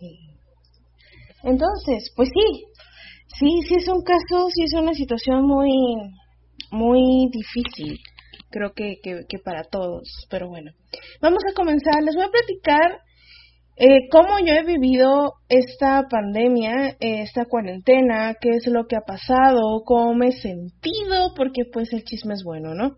Entonces, pues sí es un caso, sí es una situación muy difícil, creo que para todos, pero bueno, vamos a comenzar. Les voy a platicar cómo yo he vivido esta pandemia, esta cuarentena, qué es lo que ha pasado, cómo me he sentido, porque pues el chisme es bueno, ¿no?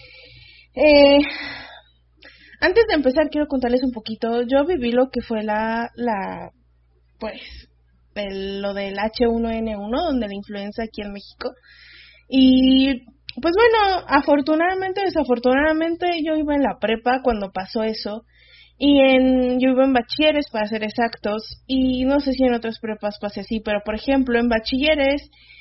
Antes de empezar quiero contarles un poquito. Yo viví lo que fue pues lo del H1N1, donde la influenza aquí en México. Y pues bueno, afortunadamente, desafortunadamente, yo iba en la prepa cuando pasó eso. Yo iba en bachilleres, para ser exactos, y no sé si en otras prepas pase así, pero por ejemplo en bachilleres,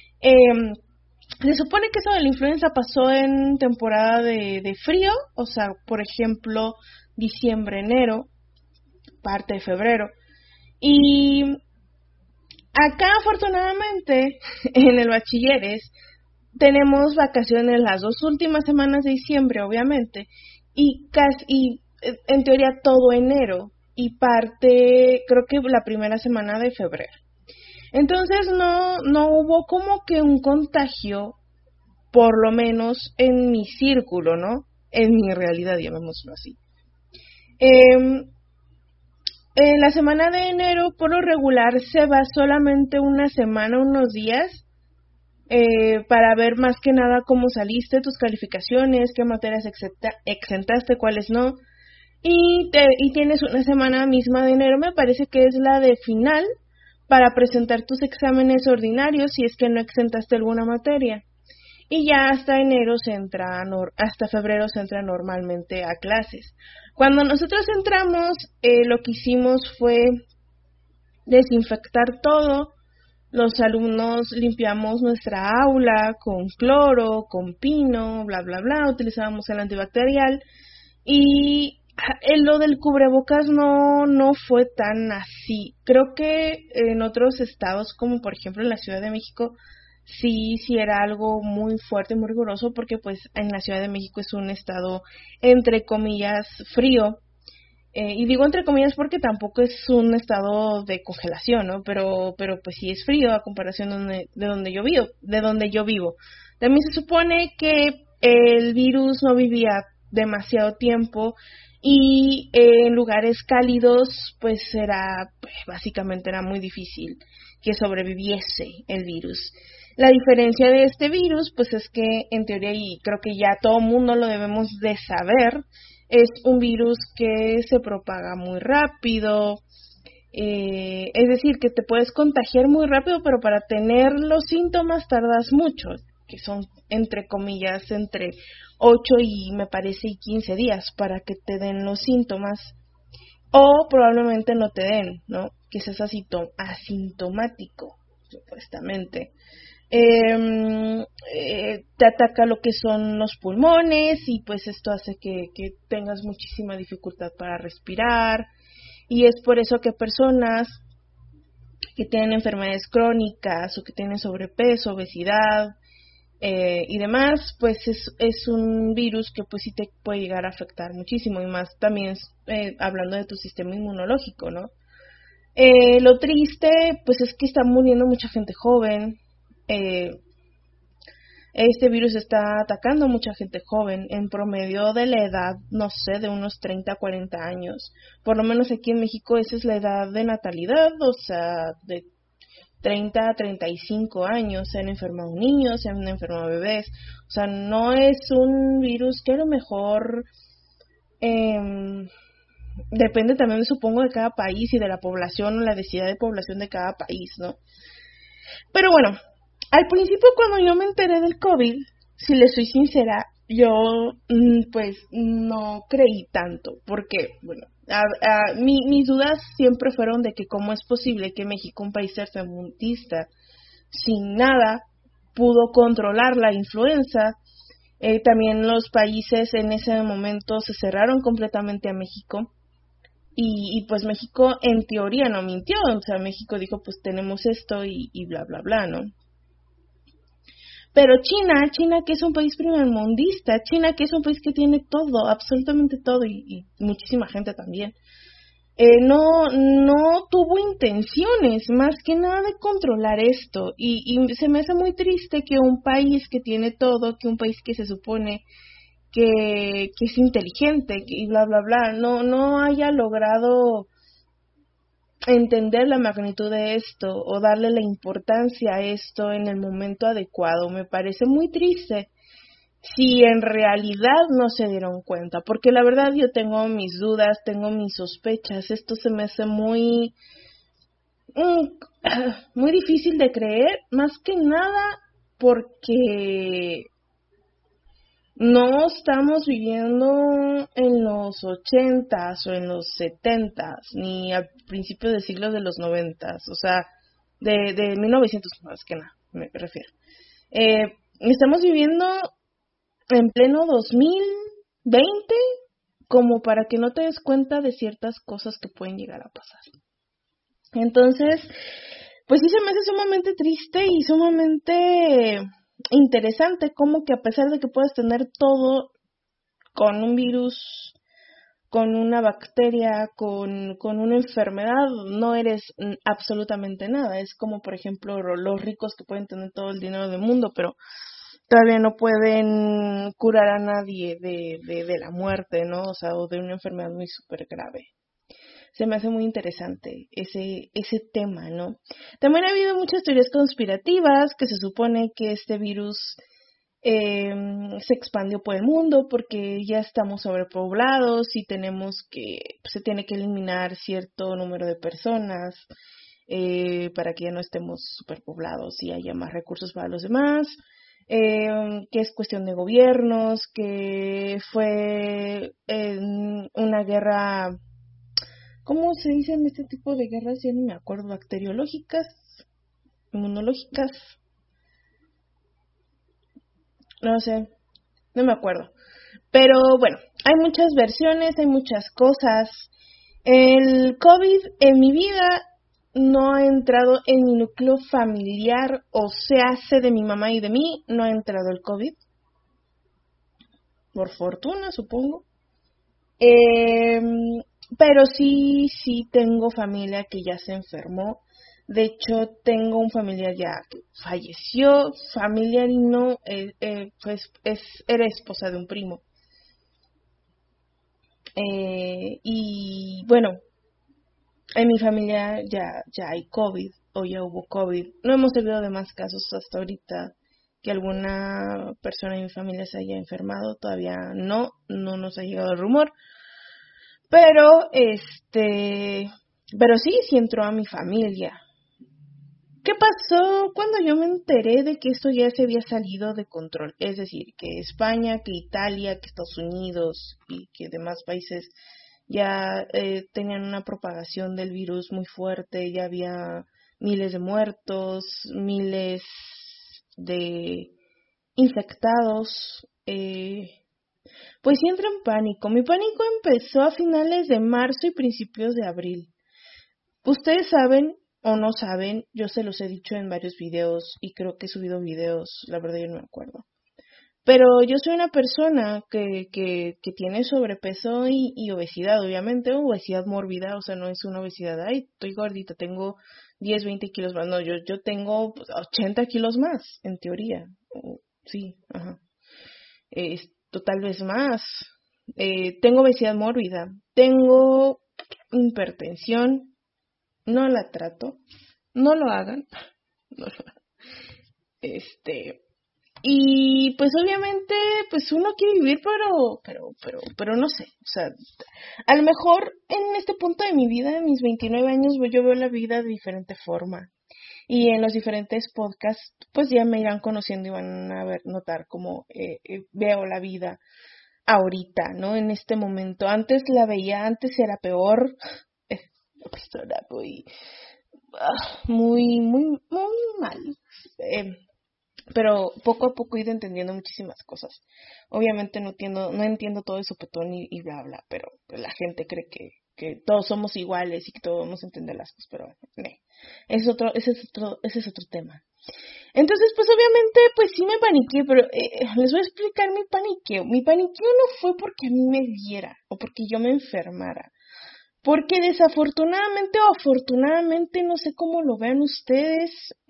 se supone que eso de la influenza pasó en temporada de frío, o sea, por ejemplo, diciembre, enero, parte de febrero. Y acá, afortunadamente, en el bachilleres, tenemos vacaciones las 2 últimas semanas de diciembre, obviamente, y en teoría todo enero, y parte, creo que la primera semana de febrero. Entonces no hubo como que un contagio, por lo menos en mi círculo, ¿no? En mi realidad, llamémoslo así. En la semana de enero, por lo regular, se va solamente una semana, unos días, para ver más que nada cómo saliste, tus calificaciones, qué materias exentaste, cuáles no. Y tienes una semana misma de enero, me parece que es la de final, para presentar tus exámenes ordinarios si es que no exentaste alguna materia. Y ya hasta febrero se entra normalmente a clases. Cuando nosotros entramos, lo que hicimos fue desinfectar todo. Los alumnos limpiamos nuestra aula con cloro, con pino, bla, bla, bla. Utilizábamos el antibacterial. Y lo del cubrebocas no fue tan así. Creo que en otros estados, como por ejemplo en la Ciudad de México, sí era algo muy fuerte, muy riguroso, porque pues en la Ciudad de México es un estado entre comillas frío, y digo entre comillas porque tampoco es un estado de congelación, ¿no? Pero pues sí es frío a comparación de donde yo vivo. También se supone que el virus no vivía demasiado tiempo, y en lugares cálidos pues básicamente era muy difícil que sobreviviese el virus. La diferencia de este virus pues es que en teoría, y creo que ya todo mundo lo debemos de saber, es un virus que se propaga muy rápido, es decir, que te puedes contagiar muy rápido, pero para tener los síntomas tardas mucho, que son entre comillas entre 8 y me parece y 15 días para que te den los síntomas, o probablemente no te den, ¿no? Que seas asintomático, supuestamente. Te ataca lo que son los pulmones, y pues esto hace que tengas muchísima dificultad para respirar, y es por eso que personas que tienen enfermedades crónicas o que tienen sobrepeso, obesidad, y demás, pues es un virus que pues sí te puede llegar a afectar muchísimo, y más también hablando de tu sistema inmunológico, ¿no? Lo triste pues es que está muriendo mucha gente joven. Este virus está atacando a mucha gente joven, en promedio de la edad, no sé, de unos 30 a 40 años. Por lo menos aquí en México esa es la edad de natalidad, o sea, de 30 a 35 años se han enfermado niños, se han enfermado bebés. O sea, no es un virus que a lo mejor depende también, supongo, de cada país y de la población o la densidad de población de cada país, ¿no? Pero bueno, al principio cuando yo me enteré del COVID, si les soy sincera, yo pues no creí tanto, porque, bueno, mis dudas siempre fueron de que cómo es posible que México, un país tercermundista, sin nada, pudo controlar la influenza. También los países en ese momento se cerraron completamente a México. Y pues México en teoría no mintió, o sea, México dijo pues tenemos esto y bla, bla, bla, ¿no? Pero China que es un país primermundista, China que es un país que tiene todo, absolutamente todo, y muchísima gente también, no tuvo intenciones más que nada de controlar esto y se me hace muy triste que un país que tiene todo, que un país que se supone que es inteligente y bla bla bla, no haya logrado entender la magnitud de esto o darle la importancia a esto en el momento adecuado. Me parece muy triste si en realidad no se dieron cuenta, porque la verdad yo tengo mis dudas, tengo mis sospechas, esto se me hace muy difícil de creer, más que nada porque no estamos viviendo en los 80s o en los 70s, ni al principio del siglo de los 90s, o sea, de 1900 más que nada, me refiero. Estamos viviendo en pleno 2020 como para que no te des cuenta de ciertas cosas que pueden llegar a pasar. Entonces, pues sí se me hace sumamente triste y sumamente interesante como que a pesar de que puedes tener todo con un virus, con una bacteria, con una enfermedad, no eres absolutamente nada. Es como, por ejemplo, los ricos que pueden tener todo el dinero del mundo, pero todavía no pueden curar a nadie de la muerte, ¿no? O sea, o de una enfermedad muy súper grave. Se me hace muy interesante ese tema, ¿no? También ha habido muchas teorías conspirativas que se supone que este virus se expandió por el mundo porque ya estamos sobrepoblados y tenemos que, se tiene que eliminar cierto número de personas para que ya no estemos superpoblados y haya más recursos para los demás. Que es cuestión de gobiernos, que fue una guerra, ¿cómo se dice en este tipo de guerras? Ya ni me acuerdo, bacteriológicas, inmunológicas, no sé, no me acuerdo. Pero bueno, hay muchas versiones, hay muchas cosas. El COVID en mi vida no ha entrado en mi núcleo familiar, o sea, hace de mi mamá y de mí, no ha entrado el COVID. Por fortuna, supongo. Pero sí tengo familia que ya se enfermó. De hecho, tengo un familiar ya que falleció, familiar y no, pues era esposa de un primo. Y bueno, en mi familia ya hay COVID o ya hubo COVID. No hemos tenido de más casos hasta ahorita que alguna persona en mi familia se haya enfermado. Todavía no nos ha llegado el rumor. Pero, pero sí entró a mi familia. ¿Qué pasó cuando yo me enteré de que esto ya se había salido de control? Es decir, que España, que Italia, que Estados Unidos y que demás países ya tenían una propagación del virus muy fuerte, ya había miles de muertos, miles de infectados. Pues sí entré en pánico. Mi pánico empezó a finales de marzo y principios de abril. Ustedes saben o no saben, yo se los he dicho en varios videos y creo que he subido videos, la verdad yo no me acuerdo. Pero yo soy una persona que tiene sobrepeso y obesidad, obviamente, obesidad mórbida, o sea, no es una obesidad, ay, estoy gordita, tengo 10, 20 kilos más, no, yo tengo 80 kilos más, en teoría, sí, ajá. Tal vez más. Tengo obesidad mórbida, tengo hipertensión, no la trato, no lo hagan, no lo hagan. Y pues obviamente, pues uno quiere vivir, pero no sé, o sea, a lo mejor en este punto de mi vida, en mis 29 años, yo veo la vida de diferente forma. Y en los diferentes podcasts, pues ya me irán conociendo y van a notar cómo veo la vida ahorita, ¿no? En este momento. Antes la veía, antes era peor. Una persona muy mal. Pero poco a poco he ido entendiendo muchísimas cosas. Obviamente no entiendo todo eso petón y bla bla, pero la gente cree que todos somos iguales y que todos vamos a entender las cosas, pero ese es otro tema. Entonces, pues obviamente, pues sí me paniqué, pero les voy a explicar mi paniqueo. Mi paniqueo no fue porque a mí me diera o porque yo me enfermara. Porque desafortunadamente o afortunadamente, no sé cómo lo vean ustedes,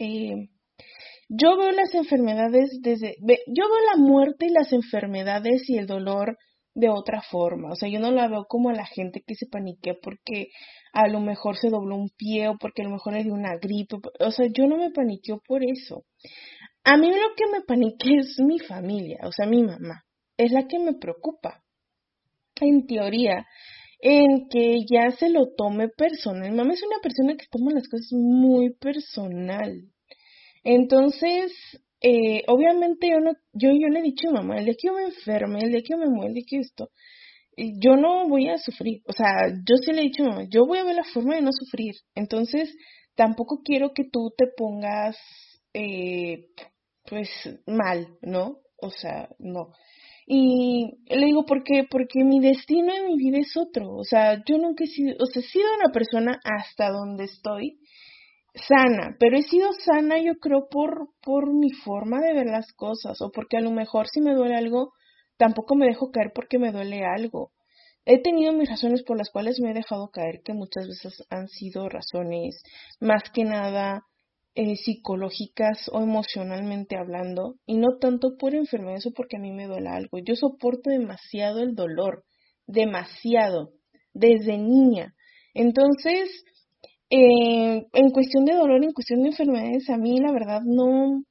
yo veo las enfermedades yo veo la muerte y las enfermedades y el dolor de otra forma. O sea, yo no la veo como a la gente que se paniquea porque a lo mejor se dobló un pie o porque a lo mejor le dio una gripe. O sea, yo no me paniqueo por eso. A mí lo que me paniquea es mi familia, o sea, mi mamá. Es la que me preocupa. En teoría, en que ya se lo tome personal. Mi mamá es una persona que toma las cosas muy personal. Entonces, obviamente yo le he dicho a mi mamá, el día que yo me enferme, el día que yo me muera, el día que esto, yo no voy a sufrir. O sea, yo sí le he dicho a mi mamá, yo voy a ver la forma de no sufrir. Entonces, tampoco quiero que tú te pongas, pues, mal, ¿no? O sea, no. Y le digo, ¿por qué? Porque mi destino en mi vida es otro. O sea, yo nunca he sido, o sea, he sido una persona hasta donde estoy sana, pero he sido sana yo creo por mi forma de ver las cosas, o porque a lo mejor si me duele algo, tampoco me dejo caer porque me duele algo. He tenido mis razones por las cuales me he dejado caer, que muchas veces han sido razones más que nada psicológicas o emocionalmente hablando, y no tanto por enfermedad o porque a mí me duele algo. Yo soporto demasiado el dolor, demasiado, desde niña. Entonces, en cuestión de dolor, en cuestión de enfermedades, a mí la verdad no,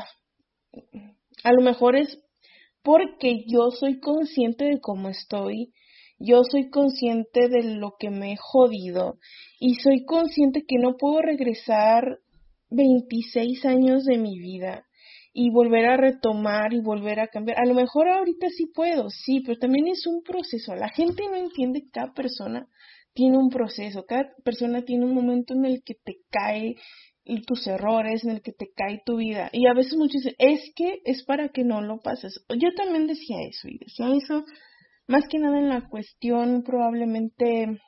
a lo mejor es porque yo soy consciente de cómo estoy, yo soy consciente de lo que me he jodido y soy consciente que no puedo regresar 26 años de mi vida y volver a retomar y volver a cambiar. A lo mejor ahorita sí puedo, sí, pero también es un proceso. La gente no entiende que cada persona tiene un proceso, cada persona tiene un momento en el que te cae y tus errores, en el que te cae tu vida. Y a veces muchos dicen, es que es para que no lo pases. Yo también decía eso, y decía eso más que nada en la cuestión probablemente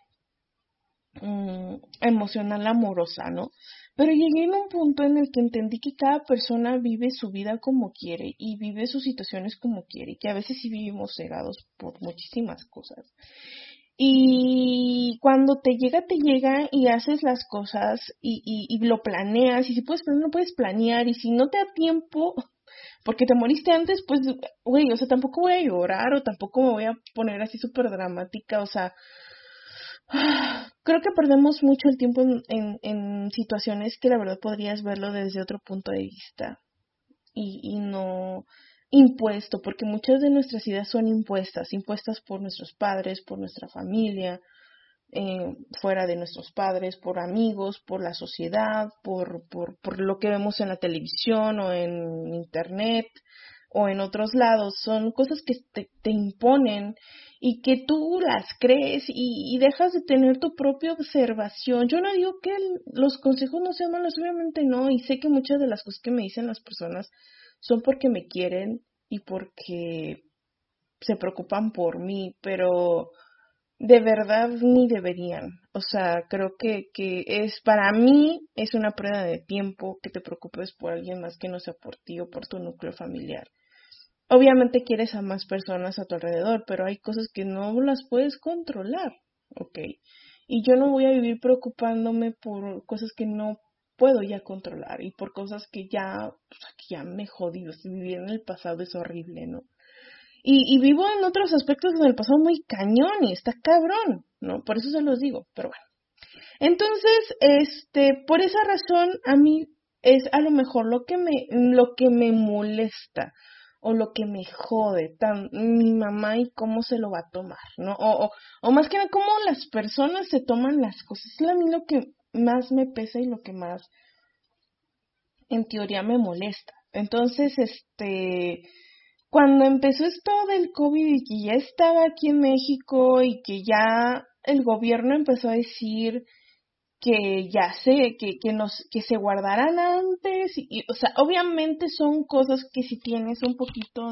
emocional amorosa, ¿no? Pero llegué en un punto en el que entendí que cada persona vive su vida como quiere y vive sus situaciones como quiere, y que a veces sí vivimos cegados por muchísimas cosas. Y cuando te llega y haces las cosas y lo planeas, y si puedes planear, no puedes planear, y si no te da tiempo, porque te moriste antes, pues, güey, o sea, tampoco voy a llorar o tampoco me voy a poner así súper dramática, o sea, creo que perdemos mucho el tiempo en situaciones que la verdad podrías verlo desde otro punto de vista y no impuesto, porque muchas de nuestras ideas son impuestas por nuestros padres, por nuestra familia, fuera de nuestros padres, por amigos, por la sociedad, por lo que vemos en la televisión o en internet o en otros lados. Son cosas que te imponen y que tú las crees y dejas de tener tu propia observación. Yo no digo que los consejos no sean malos, obviamente no, y sé que muchas de las cosas que me dicen las personas son porque me quieren y porque se preocupan por mí, pero de verdad ni deberían. O sea, creo que es, para mí, es una prueba de tiempo que te preocupes por alguien más que no sea por ti o por tu núcleo familiar. Obviamente quieres a más personas a tu alrededor, pero hay cosas que no las puedes controlar, ¿ok? Y yo no voy a vivir preocupándome por cosas que no puedo ya controlar y por cosas que ya, pues, que ya me jodí. Si vivir en el pasado es horrible, ¿no? Y vivo en otros aspectos en el pasado muy cañón y está cabrón, ¿no? Por eso se los digo, pero bueno. Entonces, por esa razón, a mí es a lo mejor lo que me molesta o lo que me jode, mi mamá y cómo se lo va a tomar, ¿no? O más que nada, cómo las personas se toman las cosas. Es a mí lo que más me pesa y lo que más, en teoría, me molesta. Entonces, cuando empezó esto del COVID y que ya estaba aquí en México y que ya el gobierno empezó a decir que ya sé, que se guardaran antes, o sea, obviamente son cosas que si tienes un poquito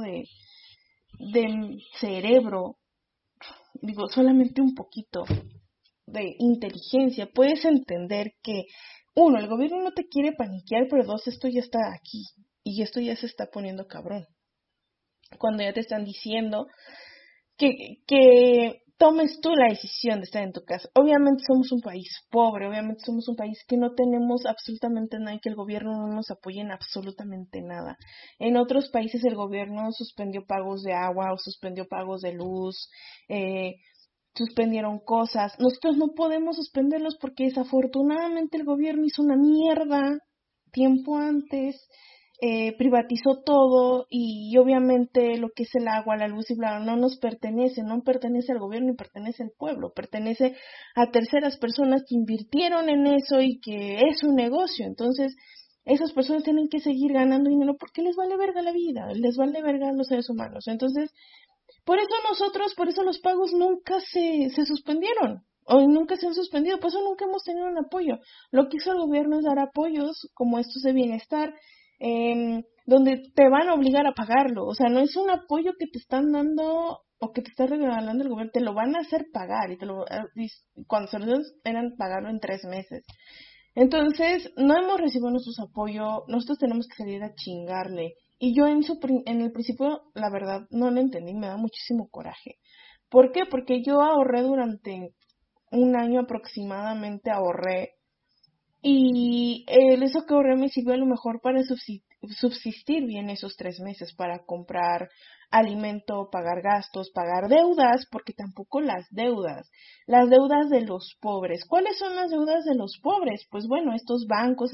de cerebro, digo, solamente un poquito de inteligencia, puedes entender que, uno, el gobierno no te quiere paniquear, pero dos, esto ya está aquí y esto ya se está poniendo cabrón. Cuando ya te están diciendo que tomes tú la decisión de estar en tu casa. Obviamente somos un país pobre, obviamente somos un país que no tenemos absolutamente nada y que el gobierno no nos apoya en absolutamente nada. En otros países el gobierno suspendió pagos de agua o suspendió pagos de luz, suspendieron cosas. Nosotros no podemos suspenderlos porque desafortunadamente el gobierno hizo una mierda tiempo antes, privatizó todo y obviamente lo que es el agua, la luz y bla, no nos pertenece, no pertenece al gobierno ni pertenece al pueblo, pertenece a terceras personas que invirtieron en eso y que es un negocio. Entonces, esas personas tienen que seguir ganando dinero porque les vale verga la vida, les vale verga a los seres humanos. Entonces, por eso los pagos nunca se suspendieron, o nunca se han suspendido, por eso nunca hemos tenido un apoyo. Lo que hizo el gobierno es dar apoyos, como estos de bienestar, donde te van a obligar a pagarlo, o sea, no es un apoyo que te están dando o que te está regalando el gobierno, te lo van a hacer pagar, cuando se los eran pagarlo en 3 meses. Entonces, no hemos recibido nuestros apoyos, nosotros tenemos que salir a chingarle. Y yo en el principio, la verdad, no lo entendí, me da muchísimo coraje. ¿Por qué? Porque yo ahorré durante un año aproximadamente, ahorré. Y eso que ahorré me sirvió a lo mejor para subsistir bien esos 3 meses, para comprar alimento, pagar gastos, pagar deudas, porque tampoco las deudas de los pobres. ¿Cuáles son las deudas de los pobres? Pues bueno, estos bancos,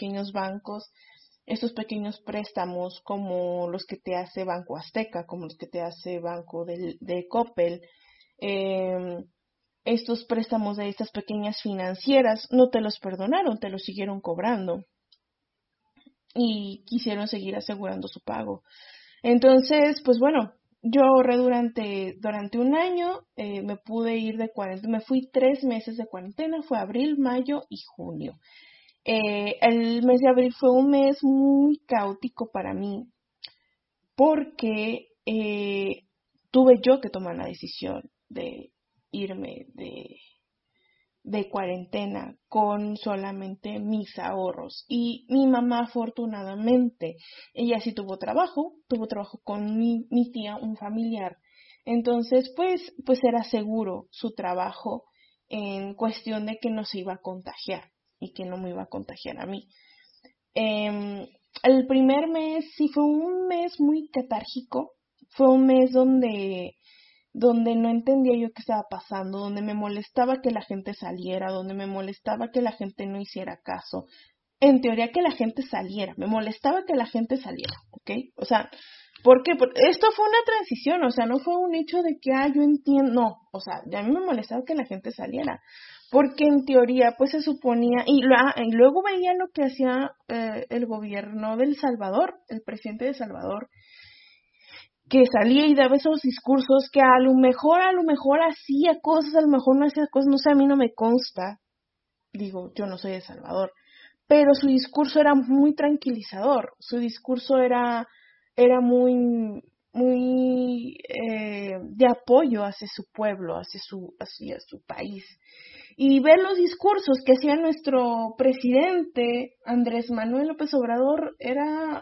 estos pequeños préstamos como los que te hace Banco Azteca, como los que te hace Banco de Coppel, estos préstamos de estas pequeñas financieras no te los perdonaron, te los siguieron cobrando y quisieron seguir asegurando su pago. Entonces, pues bueno, yo ahorré durante un año, me pude ir de cuarentena, me fui 3 meses de cuarentena, fue abril, mayo y junio. El mes de abril fue un mes muy caótico para mí porque tuve yo que tomar la decisión de irme de cuarentena con solamente mis ahorros. Y mi mamá, afortunadamente, ella sí tuvo trabajo con mi tía, un familiar. Entonces, pues era seguro su trabajo en cuestión de que no se iba a contagiar y que no me iba a contagiar a mí. El primer mes sí fue un mes muy catárgico, fue un mes donde no entendía yo qué estaba pasando, donde me molestaba que la gente saliera, donde me molestaba que la gente no hiciera caso. En teoría que la gente saliera, me molestaba que la gente saliera, ¿ok? O sea, ¿por qué? Porque esto fue una transición, o sea, no fue un hecho de que, yo entiendo, no, o sea, a mí me molestaba que la gente saliera, porque en teoría, pues se suponía, y luego veía lo que hacía el gobierno de El Salvador, el presidente de El Salvador, que salía y daba esos discursos que a lo mejor hacía cosas, a lo mejor no hacía cosas, no sé, a mí no me consta, digo, yo no soy de El Salvador, pero su discurso era muy tranquilizador, su discurso era muy de apoyo hacia su pueblo, hacia su país. Y ver los discursos que hacía nuestro presidente Andrés Manuel López Obrador era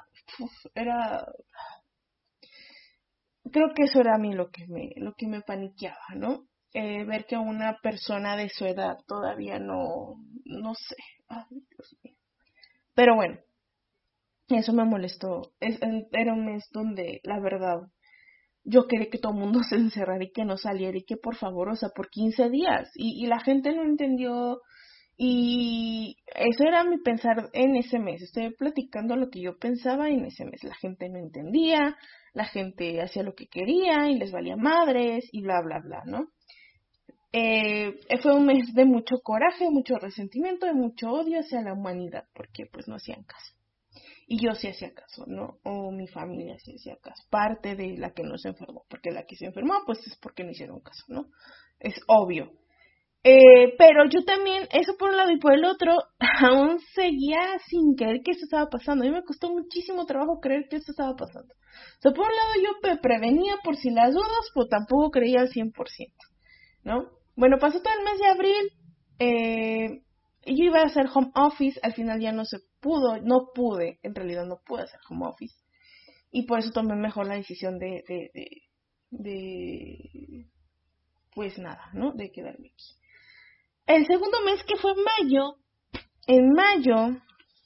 creo que eso era a mí lo que me paniqueaba, ¿no? Ver que una persona de su edad todavía no sé, ay, Dios mío. Pero bueno, eso me molestó. Era un mes donde, la verdad, yo quería que todo el mundo se encerrara y que no saliera y que por favor, o sea, por 15 días. Y la gente no entendió. Y eso era mi pensar en ese mes. Estoy platicando lo que yo pensaba en ese mes. La gente no entendía, la gente hacía lo que quería y les valía madres y bla, bla, bla, ¿no? Fue un mes de mucho coraje, mucho resentimiento, de mucho odio hacia la humanidad, porque pues no hacían caso. Y yo sí hacía caso, ¿no? O mi familia sí hacía caso. Parte de la que no se enfermó, porque la que se enfermó, pues es porque no hicieron caso, ¿no? Es obvio. Pero yo también, eso por un lado y por el otro, aún seguía sin creer que esto estaba pasando. A mí me costó muchísimo trabajo creer que esto estaba pasando. O sea, por un lado yo me prevenía por si las dudas, pero tampoco creía al 100%, ¿no? Bueno, pasó todo el mes de abril, yo iba a hacer home office, al final ya no se pudo, en realidad no pude hacer home office. Y por eso tomé mejor la decisión de pues nada, ¿no? De quedarme aquí. El segundo mes, que fue mayo, en mayo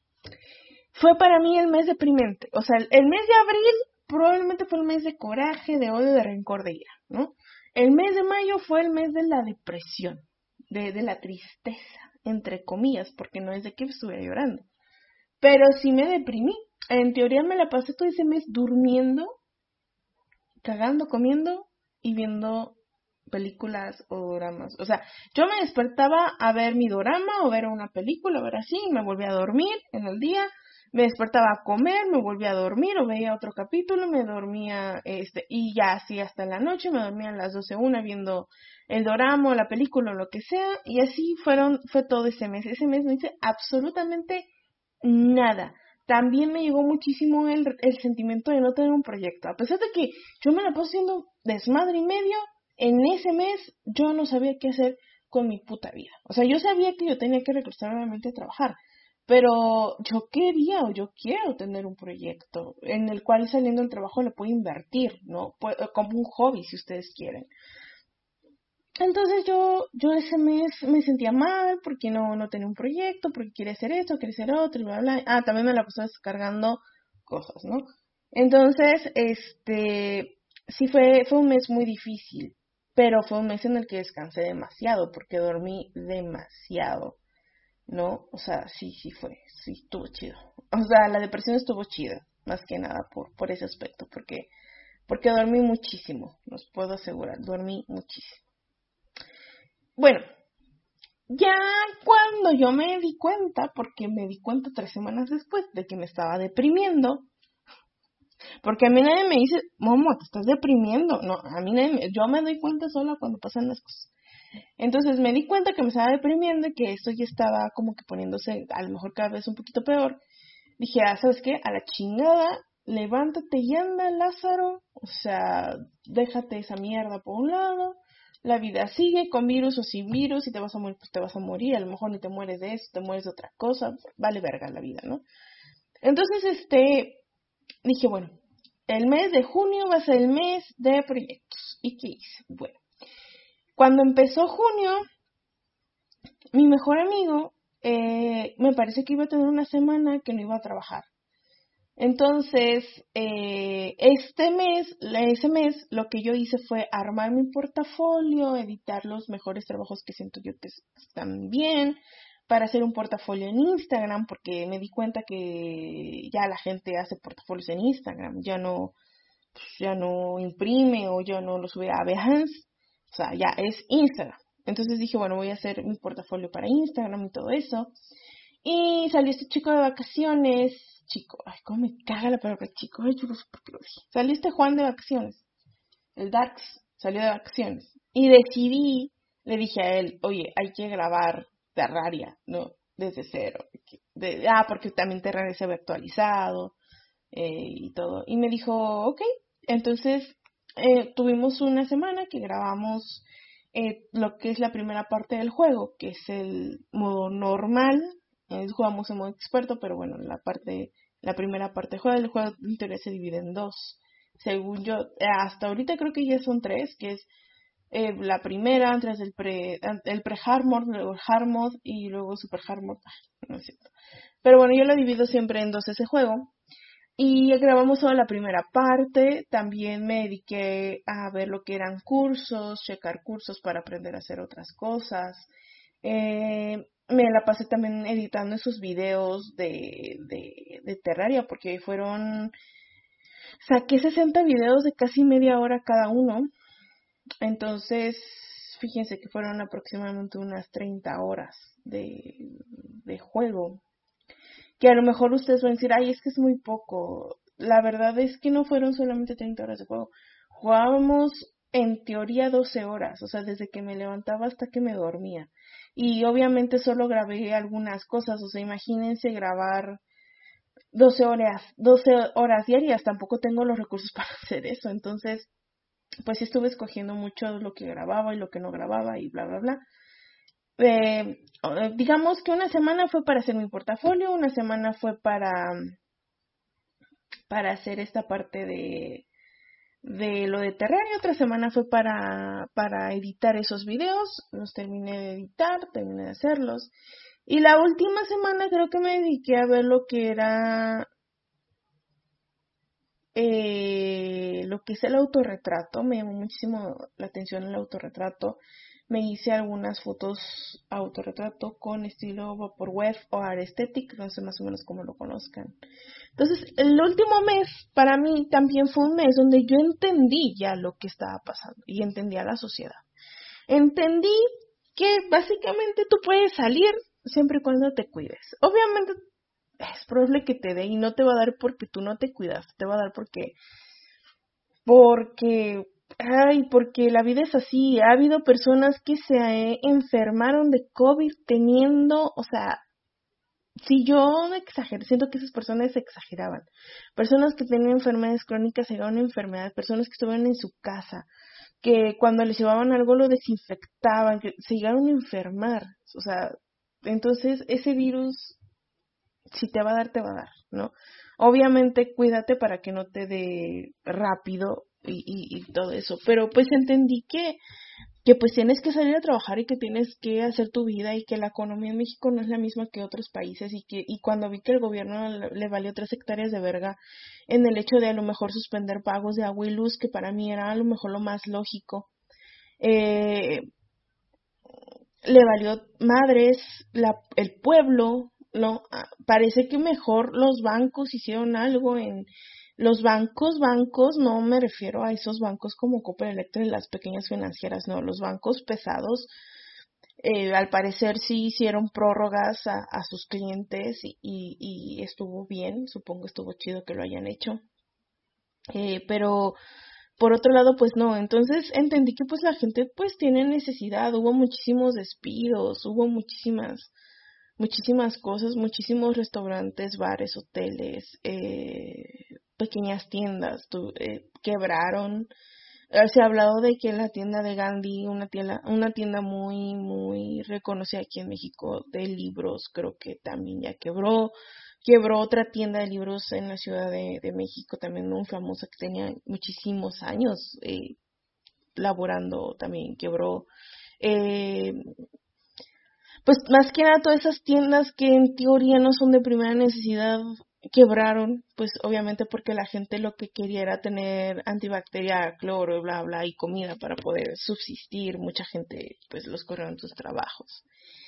fue para mí el mes deprimente. O sea, el mes de abril probablemente fue el mes de coraje, de odio, de rencor, de ira, ¿no? El mes de mayo fue el mes de la depresión, de la tristeza, entre comillas, porque no es de que estuviera llorando. Pero sí me deprimí. En teoría me la pasé todo ese mes durmiendo, cagando, comiendo y viendo películas o dramas. O sea, yo me despertaba a ver mi drama o ver una película, o ver así, y me volvía a dormir en el día. Me despertaba a comer, me volvía a dormir o veía otro capítulo, me dormía, y ya así hasta la noche, me dormía a las 12:01 viendo el drama o la película o lo que sea, y así fue todo ese mes. Ese mes no hice absolutamente nada. También me llegó muchísimo el sentimiento de no tener un proyecto. A pesar de que yo me la paso haciendo desmadre y medio, en ese mes yo no sabía qué hacer con mi puta vida. O sea, yo sabía que yo tenía que regresar nuevamente a trabajar, pero yo quería o yo quiero tener un proyecto en el cual saliendo del trabajo le puedo invertir, ¿no? Como un hobby, si ustedes quieren. Entonces yo ese mes me sentía mal porque no tenía un proyecto, porque quería hacer esto, quería hacer otro, y bla, bla. Ah, también me la pasaba descargando cosas, ¿no? Entonces, sí fue un mes muy difícil, pero fue un mes en el que descansé demasiado porque dormí demasiado, ¿no? O sea, sí estuvo chido. O sea, la depresión estuvo chida, más que nada por ese aspecto, porque dormí muchísimo, los puedo asegurar, dormí muchísimo. Bueno, ya cuando yo me di cuenta, porque me di cuenta 3 semanas después de que me estaba deprimiendo, porque a mí nadie me dice, Momo, te estás deprimiendo. No, a mí yo me doy cuenta sola cuando pasan las cosas. Entonces me di cuenta que me estaba deprimiendo y que esto ya estaba como que poniéndose a lo mejor cada vez un poquito peor. Dije, ¿sabes qué? A la chingada, levántate y anda, Lázaro. O sea, déjate esa mierda por un lado. La vida sigue con virus o sin virus. Si te vas a morir, pues te vas a morir. A lo mejor ni te mueres de eso, te mueres de otra cosa. Vale verga la vida, ¿no? Entonces, dije, bueno, el mes de junio va a ser el mes de proyectos. ¿Y qué hice? Bueno, cuando empezó junio, mi mejor amigo me parece que iba a tener una semana que no iba a trabajar. Entonces, ese mes, lo que yo hice fue armar mi portafolio, editar los mejores trabajos que siento yo que están bien, para hacer un portafolio en Instagram, porque me di cuenta que ya la gente hace portafolios en Instagram, ya no imprime o ya no lo sube a Behance, o sea, ya es Instagram. Entonces dije, bueno, voy a hacer mi portafolio para Instagram y todo eso. Y salió este chico de vacaciones, ay, cómo me caga la palabra chico, ay, yo no sé por qué lo dije. Salió este Juan de vacaciones, el Darks, salió de vacaciones. Y decidí, le dije a él, oye, hay que grabar Terraria, ¿no? Desde cero. Porque también Terraria se había actualizado y todo. Y me dijo, ok. Entonces, tuvimos una semana que grabamos lo que es la primera parte del juego, que es el modo normal. Jugamos en modo experto, pero bueno, la primera parte del juego en teoría se divide en dos. Según yo, hasta ahorita creo que ya son tres, que es la primera, antes el pre-hard mode, luego el hard mode y luego super hard mode. No es cierto. Pero bueno, yo lo divido siempre en dos ese juego. Y grabamos solo la primera parte. También me dediqué a ver lo que eran cursos, checar cursos para aprender a hacer otras cosas. Me la pasé también editando esos videos de Terraria porque saqué 60 videos de casi media hora cada uno. Entonces, fíjense que fueron aproximadamente unas 30 horas de juego. Que a lo mejor ustedes van a decir, ay, es que es muy poco. La verdad es que no fueron solamente 30 horas de juego. Jugábamos en teoría 12 horas, o sea, desde que me levantaba hasta que me dormía. Y obviamente solo grabé algunas cosas, o sea, imagínense grabar 12 horas diarias, tampoco tengo los recursos para hacer eso. Entonces, pues estuve escogiendo mucho lo que grababa y lo que no grababa y bla, bla, bla. Digamos que una semana fue para hacer mi portafolio, una semana fue para hacer esta parte de lo de Terraria, otra semana fue para editar esos videos, los terminé de editar, terminé de hacerlos, y la última semana creo que me dediqué a ver lo que era lo que es el autorretrato. Me llamó muchísimo la atención el autorretrato. Me hice algunas fotos autorretrato con estilo Vaporwave o Art Aesthetic, no sé más o menos cómo lo conozcan. Entonces, el último mes para mí también fue un mes donde yo entendí ya lo que estaba pasando y entendí a la sociedad. Entendí que básicamente tú puedes salir siempre y cuando te cuides. Obviamente es probable que te dé y no te va a dar porque tú no te cuidas, te va a dar porque la vida es así. Ha habido personas que se enfermaron de COVID teniendo, o sea, si yo exagero, siento que esas personas exageraban. Personas que tenían enfermedades crónicas se llevaban enfermedades, personas que estuvieron en su casa, que cuando les llevaban algo lo desinfectaban, que se llegaron a enfermar. O sea, entonces ese virus, si te va a dar, te va a dar, ¿no? Obviamente cuídate para que no te dé rápido y todo eso, pero pues entendí que pues tienes que salir a trabajar y que tienes que hacer tu vida y que la economía en México no es la misma que otros países y cuando vi que el gobierno le valió 3 hectáreas de verga en el hecho de a lo mejor suspender pagos de agua y luz, que para mí era a lo mejor lo más lógico, eh, le valió madres el pueblo, ¿no? Parece que mejor los bancos hicieron algo en los bancos, no me refiero a esos bancos como Coppel Electra y las pequeñas financieras, no, los bancos pesados, al parecer sí hicieron prórrogas a sus clientes y estuvo bien, supongo estuvo chido que lo hayan hecho, pero por otro lado, pues no, entonces entendí que pues la gente pues tiene necesidad, hubo muchísimos despidos, hubo muchísimas cosas, muchísimos restaurantes, bares, hoteles, pequeñas tiendas quebraron. Se ha hablado de que la tienda de Gandhi, una tienda muy, muy reconocida aquí en México de libros, creo que también ya quebró. Quebró otra tienda de libros en la Ciudad de México, también muy famosa, que tenía muchísimos años laborando, también quebró. Eh, pues más que nada todas esas tiendas que en teoría no son de primera necesidad quebraron, pues obviamente porque la gente lo que quería era tener antibacterial, cloro y bla bla y comida para poder subsistir. Mucha gente pues los corrieron sus trabajos.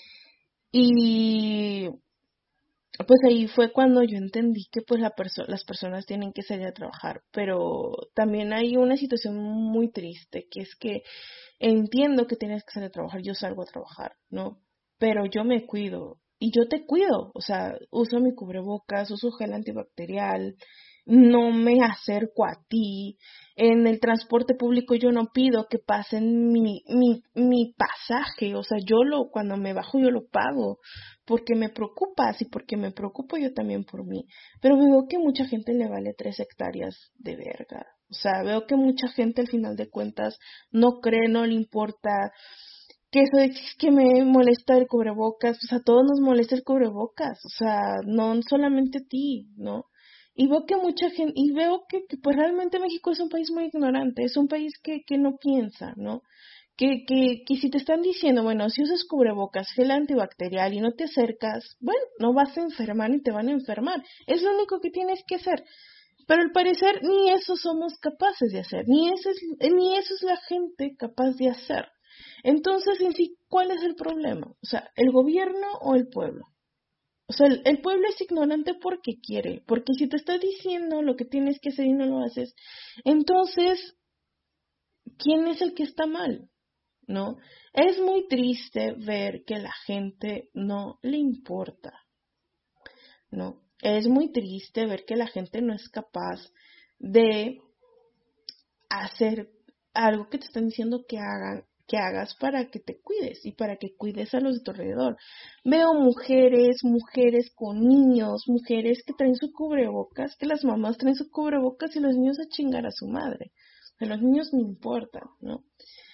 Y pues ahí fue cuando yo entendí que pues las personas tienen que salir a trabajar, pero también hay una situación muy triste, que es que entiendo que tienes que salir a trabajar, yo salgo a trabajar, ¿no? Pero yo me cuido y yo te cuido, o sea, uso mi cubrebocas, uso gel antibacterial, no me acerco a ti. En el transporte público yo no pido que pasen mi pasaje, o sea, cuando me bajo yo lo pago, porque me preocupas y porque me preocupo yo también por mí. Pero veo que mucha gente le vale 3 hectáreas de verga. O sea, veo que mucha gente al final de cuentas no cree, no le importa, que eso es que me molesta el cubrebocas, pues a todos nos molesta el cubrebocas, o sea, no solamente a ti, ¿no? Y veo que mucha gente, y veo que pues realmente México es un país muy ignorante, es un país que no piensa, ¿no? Que si te están diciendo, bueno, si usas cubrebocas, gel antibacterial y no te acercas, bueno, no vas a enfermar ni te van a enfermar, es lo único que tienes que hacer. Pero al parecer ni eso somos capaces de hacer, ni eso es la gente capaz de hacer. Entonces, en sí, ¿cuál es el problema? O sea, ¿el gobierno o el pueblo? O sea, el pueblo es ignorante porque quiere, porque si te está diciendo lo que tienes que hacer y no lo haces, entonces, ¿quién es el que está mal? ¿No? Es muy triste ver que la gente no le importa, ¿no? Es muy triste ver que la gente no es capaz de hacer algo que te están diciendo que hagas para que te cuides y para que cuides a los de tu alrededor. Veo mujeres con niños, mujeres que traen su cubrebocas, que las mamás traen su cubrebocas y los niños a chingar a su madre. A los niños no importan, ¿no?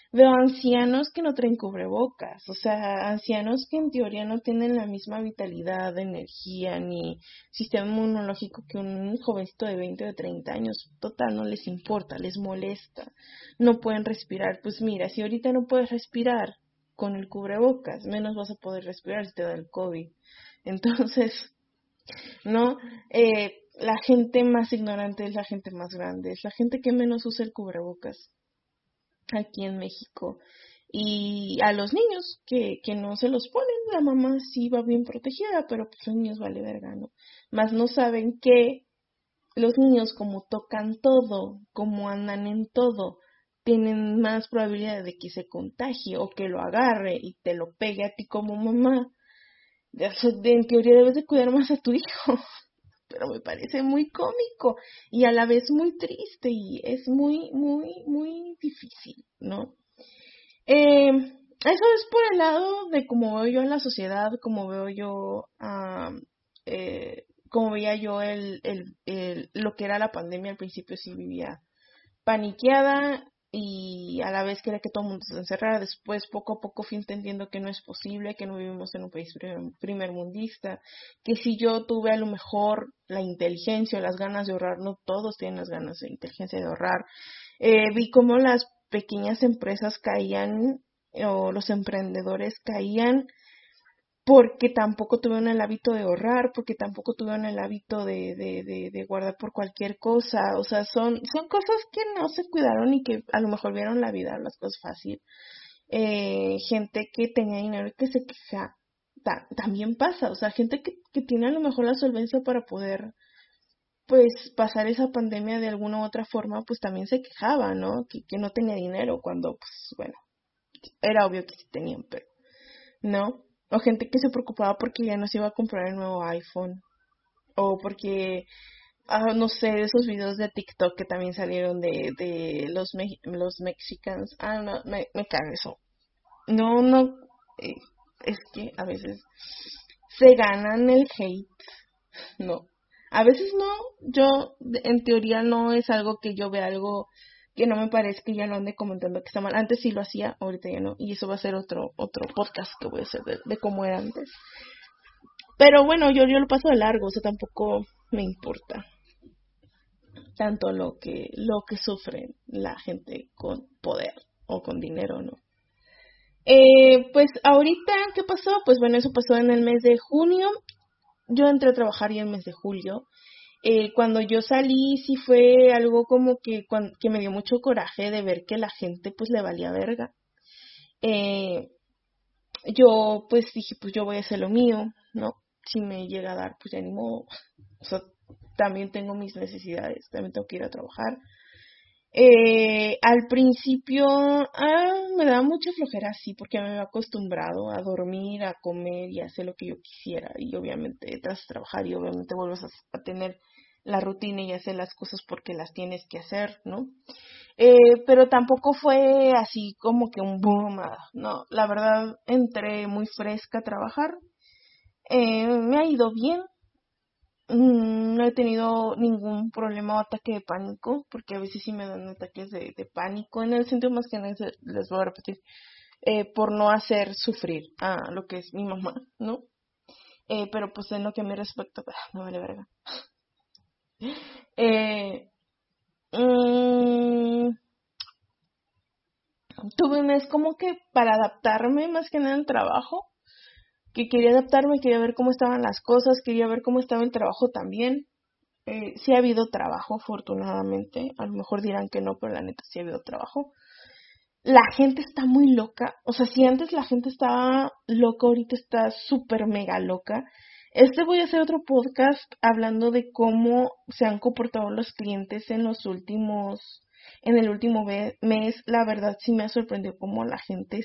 Veo ancianos que no traen cubrebocas, o sea, ancianos que en teoría no tienen la misma vitalidad, energía ni sistema inmunológico que un jovencito de 20 o de 30 años. Total, no les importa, les molesta, no pueden respirar. Pues mira, si ahorita no puedes respirar con el cubrebocas, menos vas a poder respirar si te da el COVID. Entonces, ¿no? La gente más ignorante es la gente más grande, es la gente que menos usa el cubrebocas aquí en México. Y a los niños que no se los ponen, la mamá sí va bien protegida, pero pues los niños vale verga, ¿no? Más no saben que los niños como tocan todo, como andan en todo, tienen más probabilidad de que se contagie o que lo agarre y te lo pegue a ti como mamá. En teoría debes de cuidar más a tu hijo, pero me parece muy cómico y a la vez muy triste y es muy, muy, muy difícil, ¿no? Eso es por el lado de cómo veo yo en la sociedad, cómo veo yo, cómo veía yo lo que era la pandemia. Al principio sí vivía paniqueada y a la vez quería que todo el mundo se encerrara. Después, poco a poco, fui entendiendo que no es posible, que no vivimos en un país primermundista, que si yo tuve a lo mejor la inteligencia o las ganas de ahorrar, no todos tienen las ganas de inteligencia de ahorrar. Vi cómo las pequeñas empresas caían o los emprendedores caían porque tampoco tuvieron el hábito de ahorrar, porque tampoco tuvieron el hábito de guardar por cualquier cosa. O sea, son cosas que no se cuidaron y que a lo mejor vieron la vida, las cosas fácil. Gente que tenía dinero y que se queja, también pasa. O sea, gente que tiene a lo mejor la solvencia para poder, pues, pasar esa pandemia de alguna u otra forma, pues también se quejaba, ¿no? Que no tenía dinero cuando, pues, bueno, era obvio que sí tenían, pero ¿no? O gente que se preocupaba porque ya no se iba a comprar el nuevo iPhone. O porque, no sé, esos videos de TikTok que también salieron de los mexicanos. No, me caga eso. No, no, eh, es que a veces se ganan el hate, no. A veces no, yo en teoría no es algo que yo vea algo que no me parezca y ya lo ande comentando que está mal. Antes sí lo hacía, ahorita ya no. Y eso va a ser otro podcast que voy a hacer de cómo era antes. Pero bueno, yo lo paso de largo, o sea, tampoco me importa tanto lo que sufre la gente con poder o con dinero, ¿no? Pues ahorita, ¿qué pasó? Pues bueno, eso pasó en el mes de junio. Yo entré a trabajar ya en el mes de julio. Cuando yo salí, sí fue algo como que me dio mucho coraje de ver que la gente pues le valía verga. Eh, yo pues dije, pues yo voy a hacer lo mío, ¿no? Si me llega a dar, pues ya ni modo. O sea, también tengo mis necesidades, también tengo que ir a trabajar. Al principio me daba mucha flojera, sí, porque me había acostumbrado a dormir, a comer y a hacer lo que yo quisiera. Y obviamente entras a trabajar y obviamente vuelves a tener la rutina y hacer las cosas porque las tienes que hacer, ¿no? Pero tampoco fue así como que un boom, no, la verdad entré muy fresca a trabajar. Me ha ido bien. No he tenido ningún problema o ataque de pánico, porque a veces sí me dan ataques de pánico, en el sentido más que nada, les voy a repetir, por no hacer sufrir a lo que es mi mamá, ¿no? Pero pues en lo que a mí respecta, me vale verga. Eh, mm, Tuve un mes como que para adaptarme más que nada al trabajo, que quería adaptarme, quería ver cómo estaban las cosas, quería ver cómo estaba el trabajo también. Sí ha habido trabajo, afortunadamente. A lo mejor dirán que no, pero la neta sí ha habido trabajo. La gente está muy loca. O sea, si antes la gente estaba loca, ahorita está súper mega loca. Voy a hacer otro podcast hablando de cómo se han comportado los clientes en el último mes. La verdad sí me ha sorprendido cómo la gente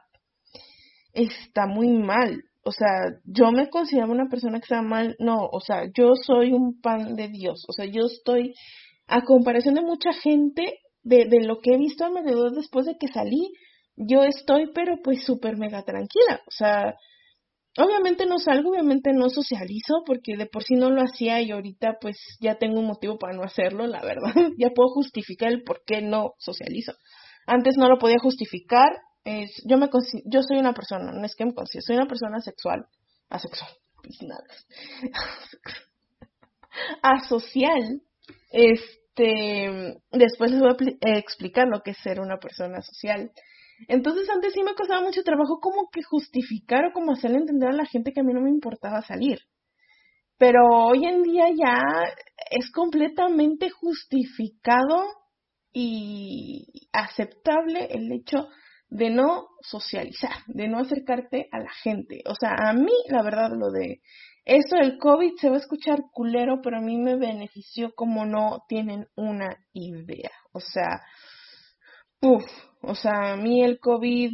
está muy mal. O sea, yo me considero una persona que está mal. No, o sea, yo soy un pan de Dios. O sea, yo estoy, a comparación de mucha gente, de lo que he visto alrededor después de que salí, yo estoy, pero pues súper mega tranquila. O sea, obviamente no salgo, obviamente no socializo, porque de por sí no lo hacía y ahorita pues ya tengo un motivo para no hacerlo, la verdad. Ya puedo justificar el por qué no socializo. Antes no lo podía justificar. Yo soy una persona, no es que me considero, soy una persona asexual, pues nada, asocial. Después les voy a explicar lo que es ser una persona social. Entonces antes sí me costaba mucho trabajo como que justificar o como hacerle entender a la gente que a mí no me importaba salir. Pero hoy en día ya es completamente justificado y aceptable el hecho de no socializar, de no acercarte a la gente. O sea, a mí, la verdad, lo de eso del COVID se va a escuchar culero, pero a mí me benefició como no tienen una idea. O sea, a mí el COVID,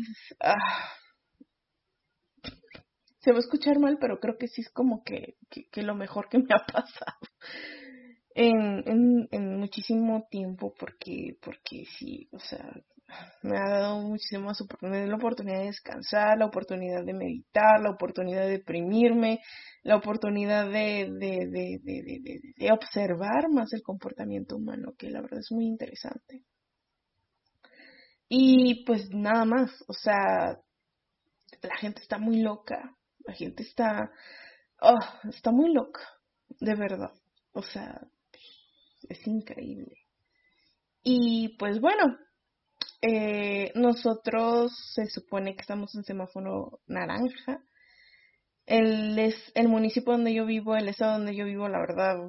se va a escuchar mal, pero creo que sí es como que lo mejor que me ha pasado en muchísimo tiempo, porque sí, o sea, me ha dado muchísimas oportunidades, la oportunidad de descansar, la oportunidad de meditar, la oportunidad de deprimirme, la oportunidad de observar más el comportamiento humano, que la verdad es muy interesante. Y pues nada más, o sea, la gente está muy loca, la gente está muy loca, de verdad, o sea, es increíble. Y pues bueno, nosotros se supone que estamos en semáforo naranja. El municipio donde yo vivo, el estado donde yo vivo, la verdad,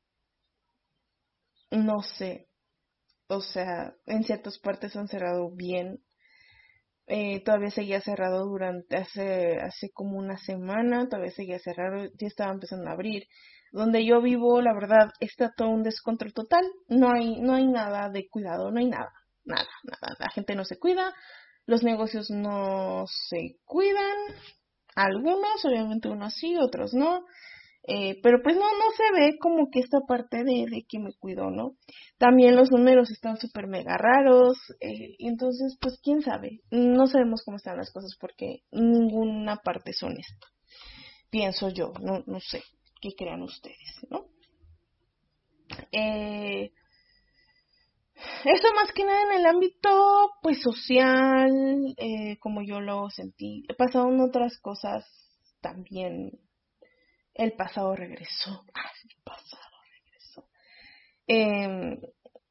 no sé. O sea, en ciertas partes han cerrado bien. Todavía seguía cerrado durante hace como una semana, todavía seguía cerrado, ya estaba empezando a abrir. Donde yo vivo, la verdad, está todo un descontrol total. No hay nada de cuidado, no hay nada. La gente no se cuida, los negocios no se cuidan, algunos, obviamente unos sí, otros no. Pero pues no se ve como que esta parte de que me cuido, ¿no? También los números están súper mega raros, y entonces pues quién sabe, no sabemos cómo están las cosas porque ninguna parte es honesta, pienso yo, no sé qué crean ustedes, ¿no? Eh, Eso más que nada en el ámbito pues social, como yo lo sentí, pasaron otras cosas también. El pasado regresó. El pasado regresó. Eh,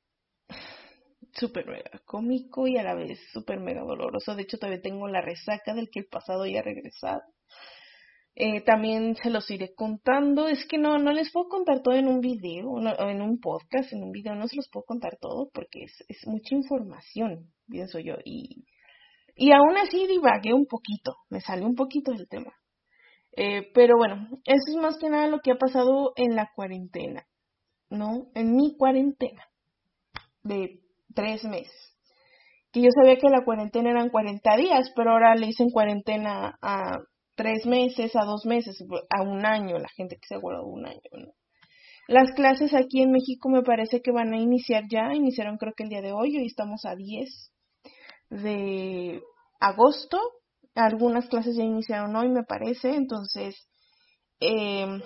Súper mega cómico y a la vez súper mega doloroso. De hecho, todavía tengo la resaca del que el pasado ya ha regresado. También se los iré contando. Es que no les puedo contar todo en un video, en un podcast, en un video. No se los puedo contar todo porque es mucha información, pienso yo. Y aún así divagué un poquito. Me salió un poquito del tema. Pero bueno, eso es más que nada lo que ha pasado en la cuarentena, ¿no? En mi cuarentena de 3 meses. Que yo sabía que la cuarentena eran 40 días, pero ahora le dicen cuarentena a 3 meses, a 2 meses, a un año, la gente que se ha guardado un año, ¿no? Las clases aquí en México me parece que van a iniciar ya, iniciaron creo que el día de hoy estamos a 10 de agosto. Algunas clases ya iniciaron hoy, me parece, entonces eh,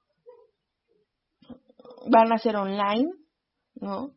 van a ser online, ¿no?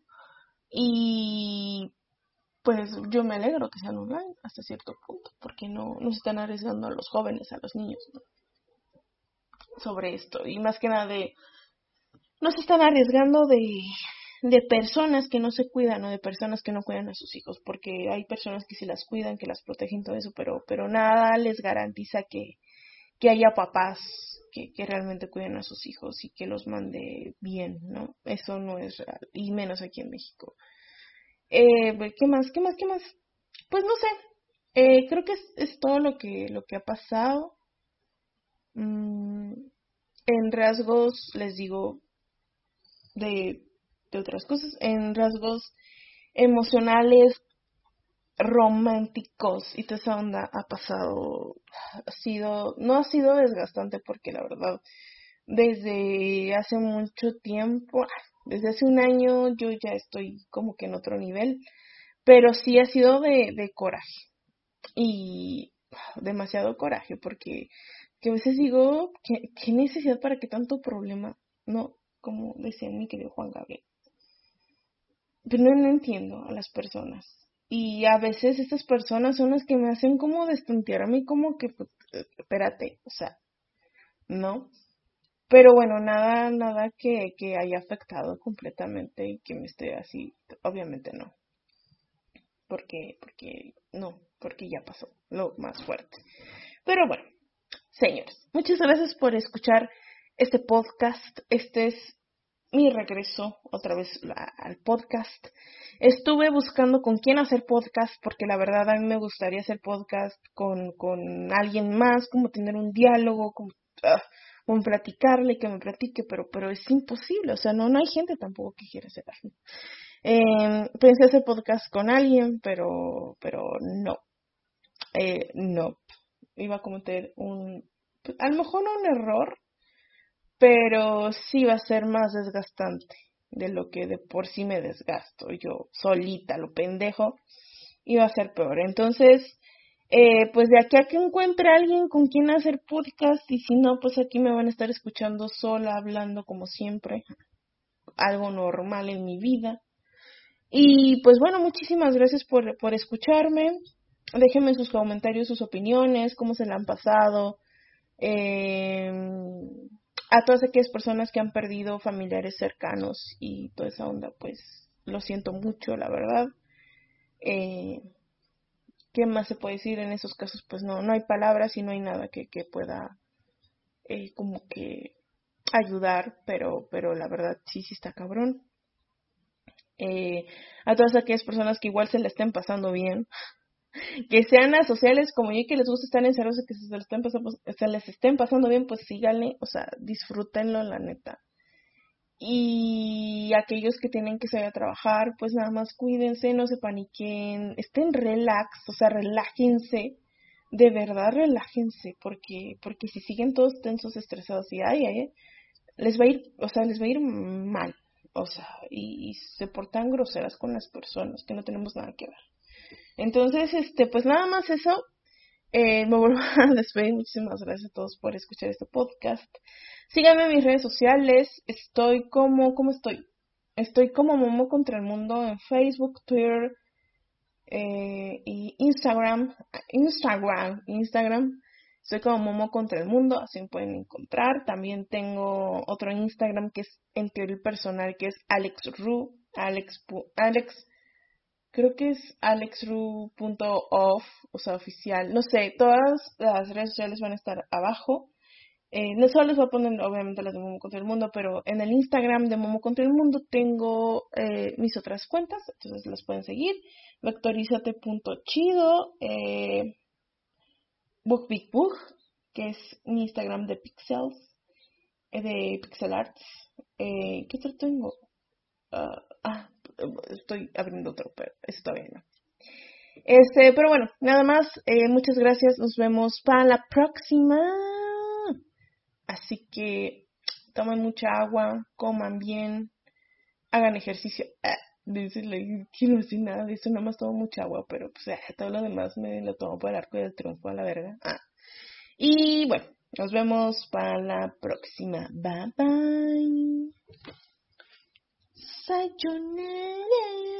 Y pues yo me alegro que sean online hasta cierto punto, porque no se están arriesgando a los jóvenes, a los niños, ¿no? Sobre esto. Y más que nada no se están arriesgando de personas que no se cuidan o de personas que no cuidan a sus hijos, porque hay personas que sí las cuidan, que las protegen, todo eso, pero nada les garantiza que haya papás que realmente cuiden a sus hijos y que los mande bien, ¿no? Eso no es real, y menos aquí en México. ¿Qué más? Pues no sé, creo que es todo lo que ha pasado. Mm, en rasgos, les digo, de, de otras cosas, en rasgos emocionales, románticos y toda esa onda ha pasado, no ha sido desgastante porque la verdad, desde hace mucho tiempo, desde hace un año yo ya estoy como que en otro nivel, pero sí ha sido de coraje y demasiado coraje porque que a veces digo, ¿qué necesidad para qué tanto problema? No, como decía mi querido Juan Gabriel. Pero no entiendo a las personas. Y a veces estas personas son las que me hacen como destontearme, como que, pues, espérate, o sea, ¿no? Pero bueno, nada que haya afectado completamente y que me esté así, obviamente no, porque ya pasó lo más fuerte. Pero bueno, señores, muchas gracias por escuchar este podcast. Este es mi regreso otra vez al podcast. Estuve buscando con quién hacer podcast porque la verdad a mí me gustaría hacer podcast con alguien más, como tener un diálogo, como platicarle, que me platique, pero es imposible, o sea, no hay gente tampoco que quiera hacerlo. Pensé hacer podcast con alguien, pero no, iba a cometer a lo mejor no un error, pero sí va a ser más desgastante de lo que de por sí me desgasto yo solita, lo pendejo, iba a ser peor. Entonces, pues de aquí a que encuentre a alguien con quien hacer podcast, y si no, pues aquí me van a estar escuchando sola, hablando como siempre, algo normal en mi vida. Y pues bueno, muchísimas gracias por escucharme. Déjenme sus comentarios, sus opiniones, cómo se la han pasado. A todas aquellas personas que han perdido familiares cercanos y toda esa onda, pues lo siento mucho, la verdad. Eh, ¿Qué más se puede decir en esos casos? Pues no hay palabras y no hay nada que pueda como que ayudar, pero la verdad sí está cabrón. A todas aquellas personas que igual se la estén pasando bien, que sean asociales como yo, que les gusta estar encerrados y que se les estén pasando bien, pues síganle, o sea, disfrútenlo, la neta. Y aquellos que tienen que salir a trabajar, pues nada más cuídense, no se paniquen, estén relax, o sea, relájense, de verdad relájense, porque si siguen todos tensos, estresados y les va a ir, o sea, les va a ir mal, o sea, y se portan groseras con las personas, que no tenemos nada que ver. Entonces, pues nada más eso. Me vuelvo a despedir. Muchísimas gracias a todos por escuchar este podcast. Síganme en mis redes sociales. ¿Cómo estoy? Estoy como Momo contra el Mundo en Facebook, Twitter y Instagram. Instagram. Estoy como Momo contra el Mundo, así me pueden encontrar. También tengo otro Instagram que es en teoría personal, que es AlexRu. Alex, creo que es alexru.off, o sea, oficial. No sé, todas las redes sociales van a estar abajo. No solo les voy a poner, obviamente, las de Momo contra el Mundo, pero en el Instagram de Momo contra el Mundo tengo mis otras cuentas, entonces las pueden seguir. Vectorizate.chido, BookBigBook, que es mi Instagram de Pixels, de Pixel Arts. ¿Qué otro tengo? Estoy abriendo otro, pero eso todavía no. Pero bueno, nada más, muchas gracias, nos vemos para la próxima. Así que tomen mucha agua, coman bien, hagan ejercicio. Decirle que no sé nada de eso, nada más tomo mucha agua, pero pues todo lo demás me lo tomo para el arco del triunfo a la verga. Y bueno, nos vemos para la próxima. Bye bye. Sayonara.